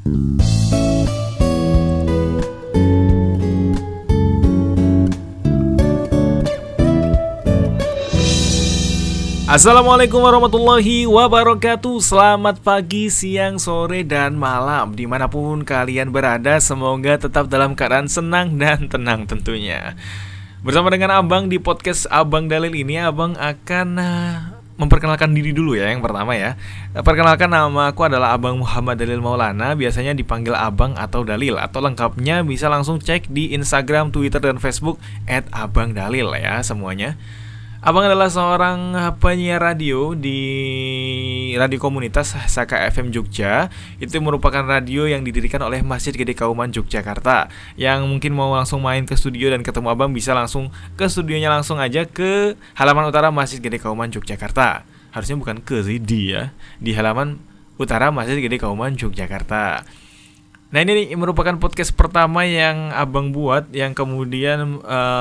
Assalamualaikum warahmatullahi wabarakatuh. Selamat pagi, siang, sore, dan malam dimanapun kalian berada. Semoga tetap dalam keadaan senang dan tenang tentunya. Bersama dengan Abang di podcast Abang Dalil ini, Abang akan memperkenalkan diri dulu ya. Yang pertama ya, perkenalkan, nama aku adalah Abang Muhammad Dalil Maulana. Biasanya dipanggil Abang atau Dalil. Atau lengkapnya bisa langsung cek di Instagram, Twitter, dan Facebook @abangdalil ya semuanya. Abang adalah seorang penyiar radio di radio komunitas Saka FM Jogja. Itu merupakan radio yang didirikan oleh Masjid Gede Kauman Yogyakarta. Yang mungkin mau langsung main ke studio dan ketemu Abang, bisa langsung ke studionya, langsung aja ke halaman utara Masjid Gede Kauman Yogyakarta. Harusnya bukan ke sih, di halaman utara Masjid Gede Kauman Yogyakarta. Nah, ini merupakan podcast pertama yang Abang buat, yang kemudian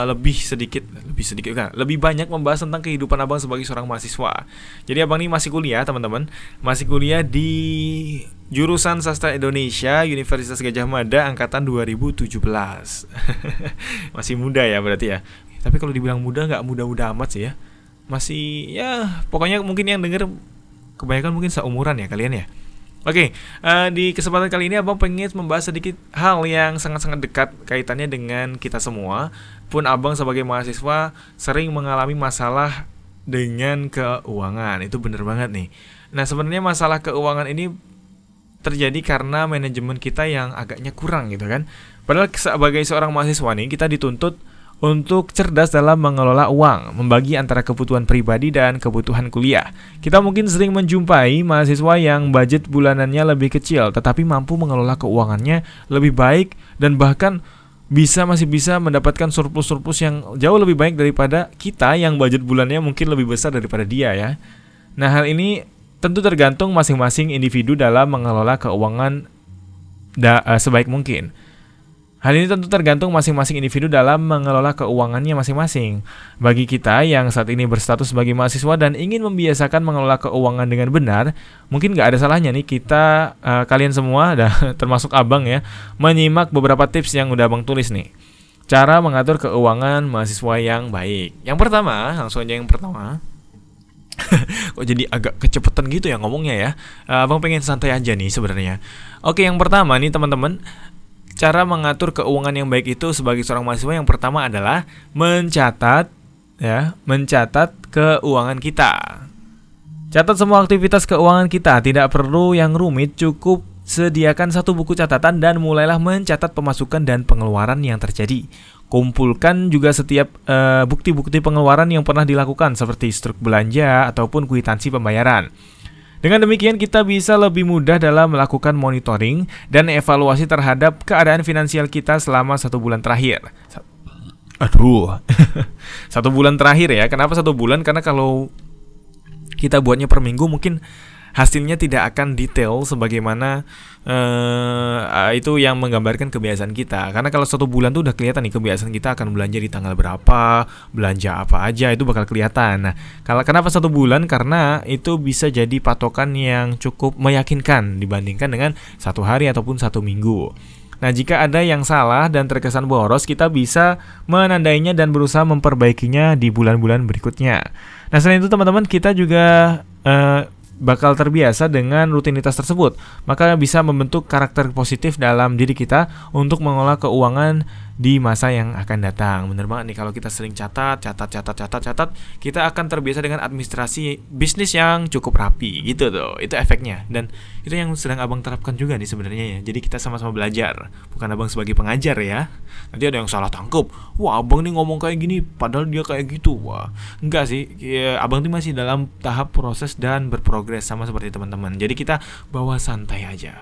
lebih banyak membahas tentang kehidupan Abang sebagai seorang mahasiswa. Jadi Abang ini masih kuliah, teman-teman. Masih kuliah di jurusan Sastra Indonesia, Universitas Gadjah Mada, angkatan 2017. Masih muda ya berarti ya. Tapi kalau dibilang muda, nggak muda-muda amat sih ya. Masih ya, pokoknya mungkin yang denger kebanyakan mungkin seumuran ya kalian ya. Oke, di kesempatan kali ini Abang pengen membahas sedikit hal yang sangat-sangat dekat kaitannya dengan kita semua. Pun Abang sebagai mahasiswa sering mengalami masalah dengan keuangan. Itu bener banget nih. Nah, sebenarnya masalah keuangan ini terjadi karena manajemen kita yang agaknya kurang gitu kan. Padahal sebagai seorang mahasiswa nih, kita dituntut untuk cerdas dalam mengelola uang, membagi antara kebutuhan pribadi dan kebutuhan kuliah. Kita mungkin sering menjumpai mahasiswa yang budget bulanannya lebih kecil, tetapi mampu mengelola keuangannya lebih baik dan bahkan masih bisa mendapatkan surplus yang jauh lebih baik daripada kita yang budget bulannya mungkin lebih besar daripada dia ya. Nah, hal ini tentu tergantung masing-masing individu dalam mengelola keuangan sebaik mungkin. Hal ini tentu tergantung masing-masing individu dalam mengelola keuangannya masing-masing. Bagi kita yang saat ini berstatus sebagai mahasiswa dan ingin membiasakan mengelola keuangan dengan benar, mungkin gak ada salahnya nih kita, kalian semua, termasuk Abang ya, menyimak beberapa tips yang udah Abang tulis nih. Cara mengatur keuangan mahasiswa yang baik. Yang pertama, langsung aja yang pertama. Kok jadi agak kecepetan gitu ya ngomongnya ya. Abang pengen santai aja nih sebenarnya. Oke, yang pertama nih teman-teman, cara mengatur keuangan yang baik itu sebagai seorang mahasiswa yang pertama adalah mencatat keuangan kita. Catat semua aktivitas keuangan kita, tidak perlu yang rumit, cukup sediakan satu buku catatan dan mulailah mencatat pemasukan dan pengeluaran yang terjadi. Kumpulkan juga setiap bukti-bukti pengeluaran yang pernah dilakukan seperti struk belanja ataupun kwitansi pembayaran. Dengan demikian kita bisa lebih mudah dalam melakukan monitoring dan evaluasi terhadap keadaan finansial kita selama 1 bulan terakhir. 1 bulan terakhir ya. Kenapa 1 bulan? Karena kalau kita buatnya per minggu mungkin hasilnya tidak akan detail sebagaimana itu yang menggambarkan kebiasaan kita. Karena kalau 1 bulan tuh udah kelihatan nih kebiasaan kita akan belanja di tanggal berapa, belanja apa aja, itu bakal kelihatan. Nah, kenapa 1 bulan? Karena itu bisa jadi patokan yang cukup meyakinkan dibandingkan dengan 1 hari ataupun 1 minggu. Nah, jika ada yang salah dan terkesan boros, kita bisa menandainya dan berusaha memperbaikinya di bulan-bulan berikutnya. Nah, selain itu teman-teman, kita juga bakal terbiasa dengan rutinitas tersebut, maka bisa membentuk karakter positif dalam diri kita untuk mengelola keuangan di masa yang akan datang. Bener banget nih, kalau kita sering catat, kita akan terbiasa dengan administrasi bisnis yang cukup rapi gitu tuh. Itu efeknya, dan itu yang sedang Abang terapkan juga nih sebenarnya ya. Jadi kita sama-sama belajar, bukan Abang sebagai pengajar ya. Nanti ada yang salah tangkap, wah Abang nih ngomong kayak gini padahal dia kayak gitu. Wah, enggak sih ya, Abang tuh masih dalam tahap proses dan berprogres sama seperti teman-teman. Jadi kita bawa santai aja.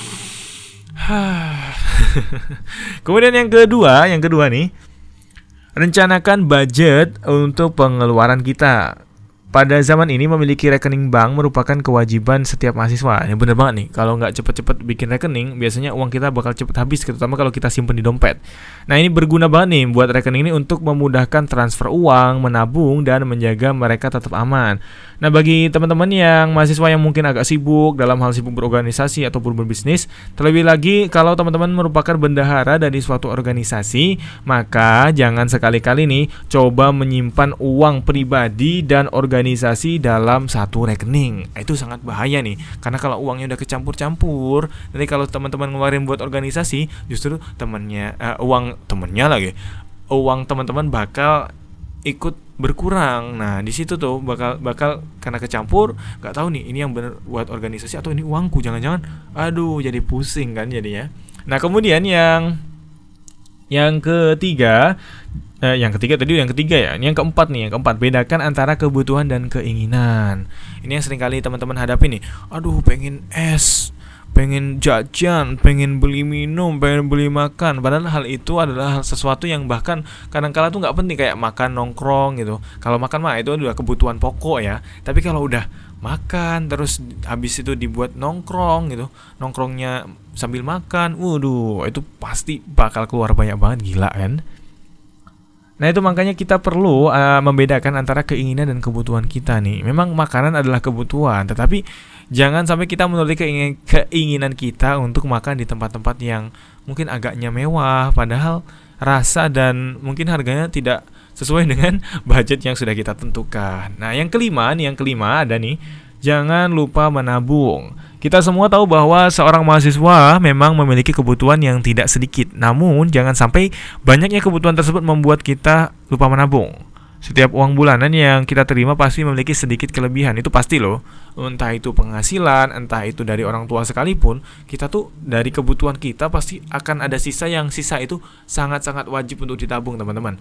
Kemudian yang kedua nih, rencanakan budget untuk pengeluaran kita. pada zaman ini memiliki rekening bank merupakan kewajiban setiap mahasiswa. Ini bener banget nih. Kalau nggak cepet-cepet bikin rekening, biasanya uang kita bakal cepet habis, terutama kalau kita simpen di dompet. Nah, ini berguna banget nih buat rekening ini untuk memudahkan transfer uang, menabung, dan menjaga mereka tetap aman. Nah, bagi teman-teman yang mahasiswa yang mungkin agak sibuk dalam hal sibuk berorganisasi ataupun berbisnis, terlebih lagi kalau teman-teman merupakan bendahara dari suatu organisasi, maka jangan sekali-kali nih coba menyimpan uang pribadi dan organisasi dalam satu rekening. Itu sangat bahaya nih, karena kalau uangnya udah kecampur-campur, nanti kalau teman-teman ngeluarin buat organisasi, justru uang teman-teman bakal ikut berkurang. Nah, di situ tuh bakal karena kecampur, nggak tahu nih ini yang benar buat organisasi atau ini uangku, jangan-jangan jadi pusing kan jadinya. Nah, kemudian yang ketiga ya. Yang keempat, bedakan antara kebutuhan dan keinginan. Ini yang seringkali teman-teman hadapi nih. Pengen es, pengen jajan, pengen beli minum, pengen beli makan. Padahal hal itu adalah sesuatu yang bahkan kadang-kala tuh nggak penting, kayak makan nongkrong gitu. Kalau makan mah itu adalah kebutuhan pokok ya. Tapi kalau udah makan terus habis itu dibuat nongkrong gitu, nongkrongnya sambil makan, itu pasti bakal keluar banyak banget, gila kan? Nah, itu makanya kita perlu membedakan antara keinginan dan kebutuhan kita nih. Memang makanan adalah kebutuhan, tetapi jangan sampai kita menuruti keinginan kita untuk makan di tempat-tempat yang mungkin agaknya mewah, padahal rasa dan mungkin harganya tidak sesuai dengan budget yang sudah kita tentukan. Nah, yang kelima ada nih, jangan lupa menabung. Kita semua tahu bahwa seorang mahasiswa memang memiliki kebutuhan yang tidak sedikit. Namun, jangan sampai banyaknya kebutuhan tersebut membuat kita lupa menabung. Setiap uang bulanan yang kita terima pasti memiliki sedikit kelebihan. Itu pasti loh. Entah itu penghasilan, entah itu dari orang tua sekalipun, kita tuh dari kebutuhan kita pasti akan ada sisa, yang sisa itu sangat-sangat wajib untuk ditabung, teman-teman.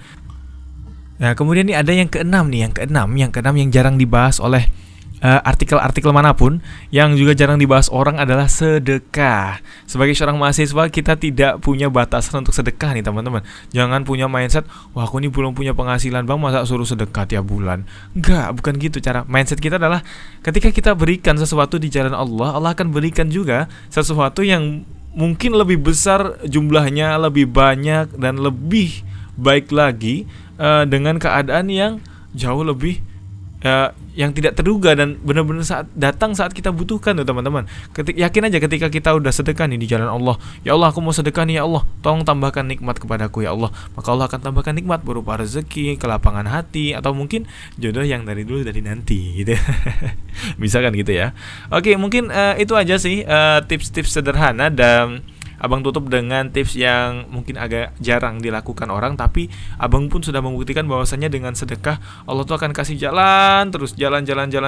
Nah, kemudian nih ada yang keenam yang jarang dibahas oleh artikel-artikel manapun, yang juga jarang dibahas orang, adalah sedekah. Sebagai seorang mahasiswa, kita tidak punya batasan untuk sedekah nih, teman-teman. Jangan punya mindset, wah aku ini belum punya penghasilan bang, masa suruh sedekah tiap bulan. Enggak, bukan gitu cara. Mindset kita adalah ketika kita berikan sesuatu di jalan Allah, Allah akan berikan juga sesuatu yang mungkin lebih besar jumlahnya, lebih banyak dan lebih baik lagi, dengan keadaan yang jauh lebih yang tidak terduga dan benar-benar saat kita butuhkan tuh, teman-teman. Yakin aja ketika kita udah sedekah nih di jalan Allah, ya Allah aku mau sedekah nih, ya Allah tolong tambahkan nikmat kepadaku ya Allah, maka Allah akan tambahkan nikmat berupa rezeki, kelapangan hati, atau mungkin jodoh yang dari dulu dari nanti gitu. Bisa kan gitu ya. Oke, mungkin itu aja sih tips-tips sederhana, dan Abang tutup dengan tips yang mungkin agak jarang dilakukan orang, tapi Abang pun sudah membuktikan bahwasannya dengan sedekah Allah tuh akan kasih jalan terus, jalan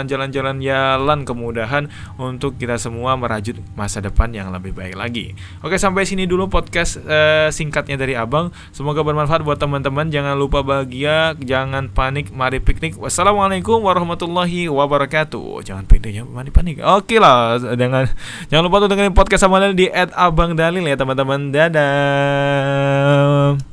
kemudahan untuk kita semua merajut masa depan yang lebih baik lagi. Oke, sampai sini dulu podcast singkatnya dari Abang. Semoga bermanfaat buat teman-teman. Jangan lupa bahagia, jangan panik, mari piknik. Wassalamualaikum warahmatullahi wabarakatuh. Jangan panik. Oke lah, jangan lupa untuk dengerin podcast sama di @abangdalil ya teman-teman. Dadah.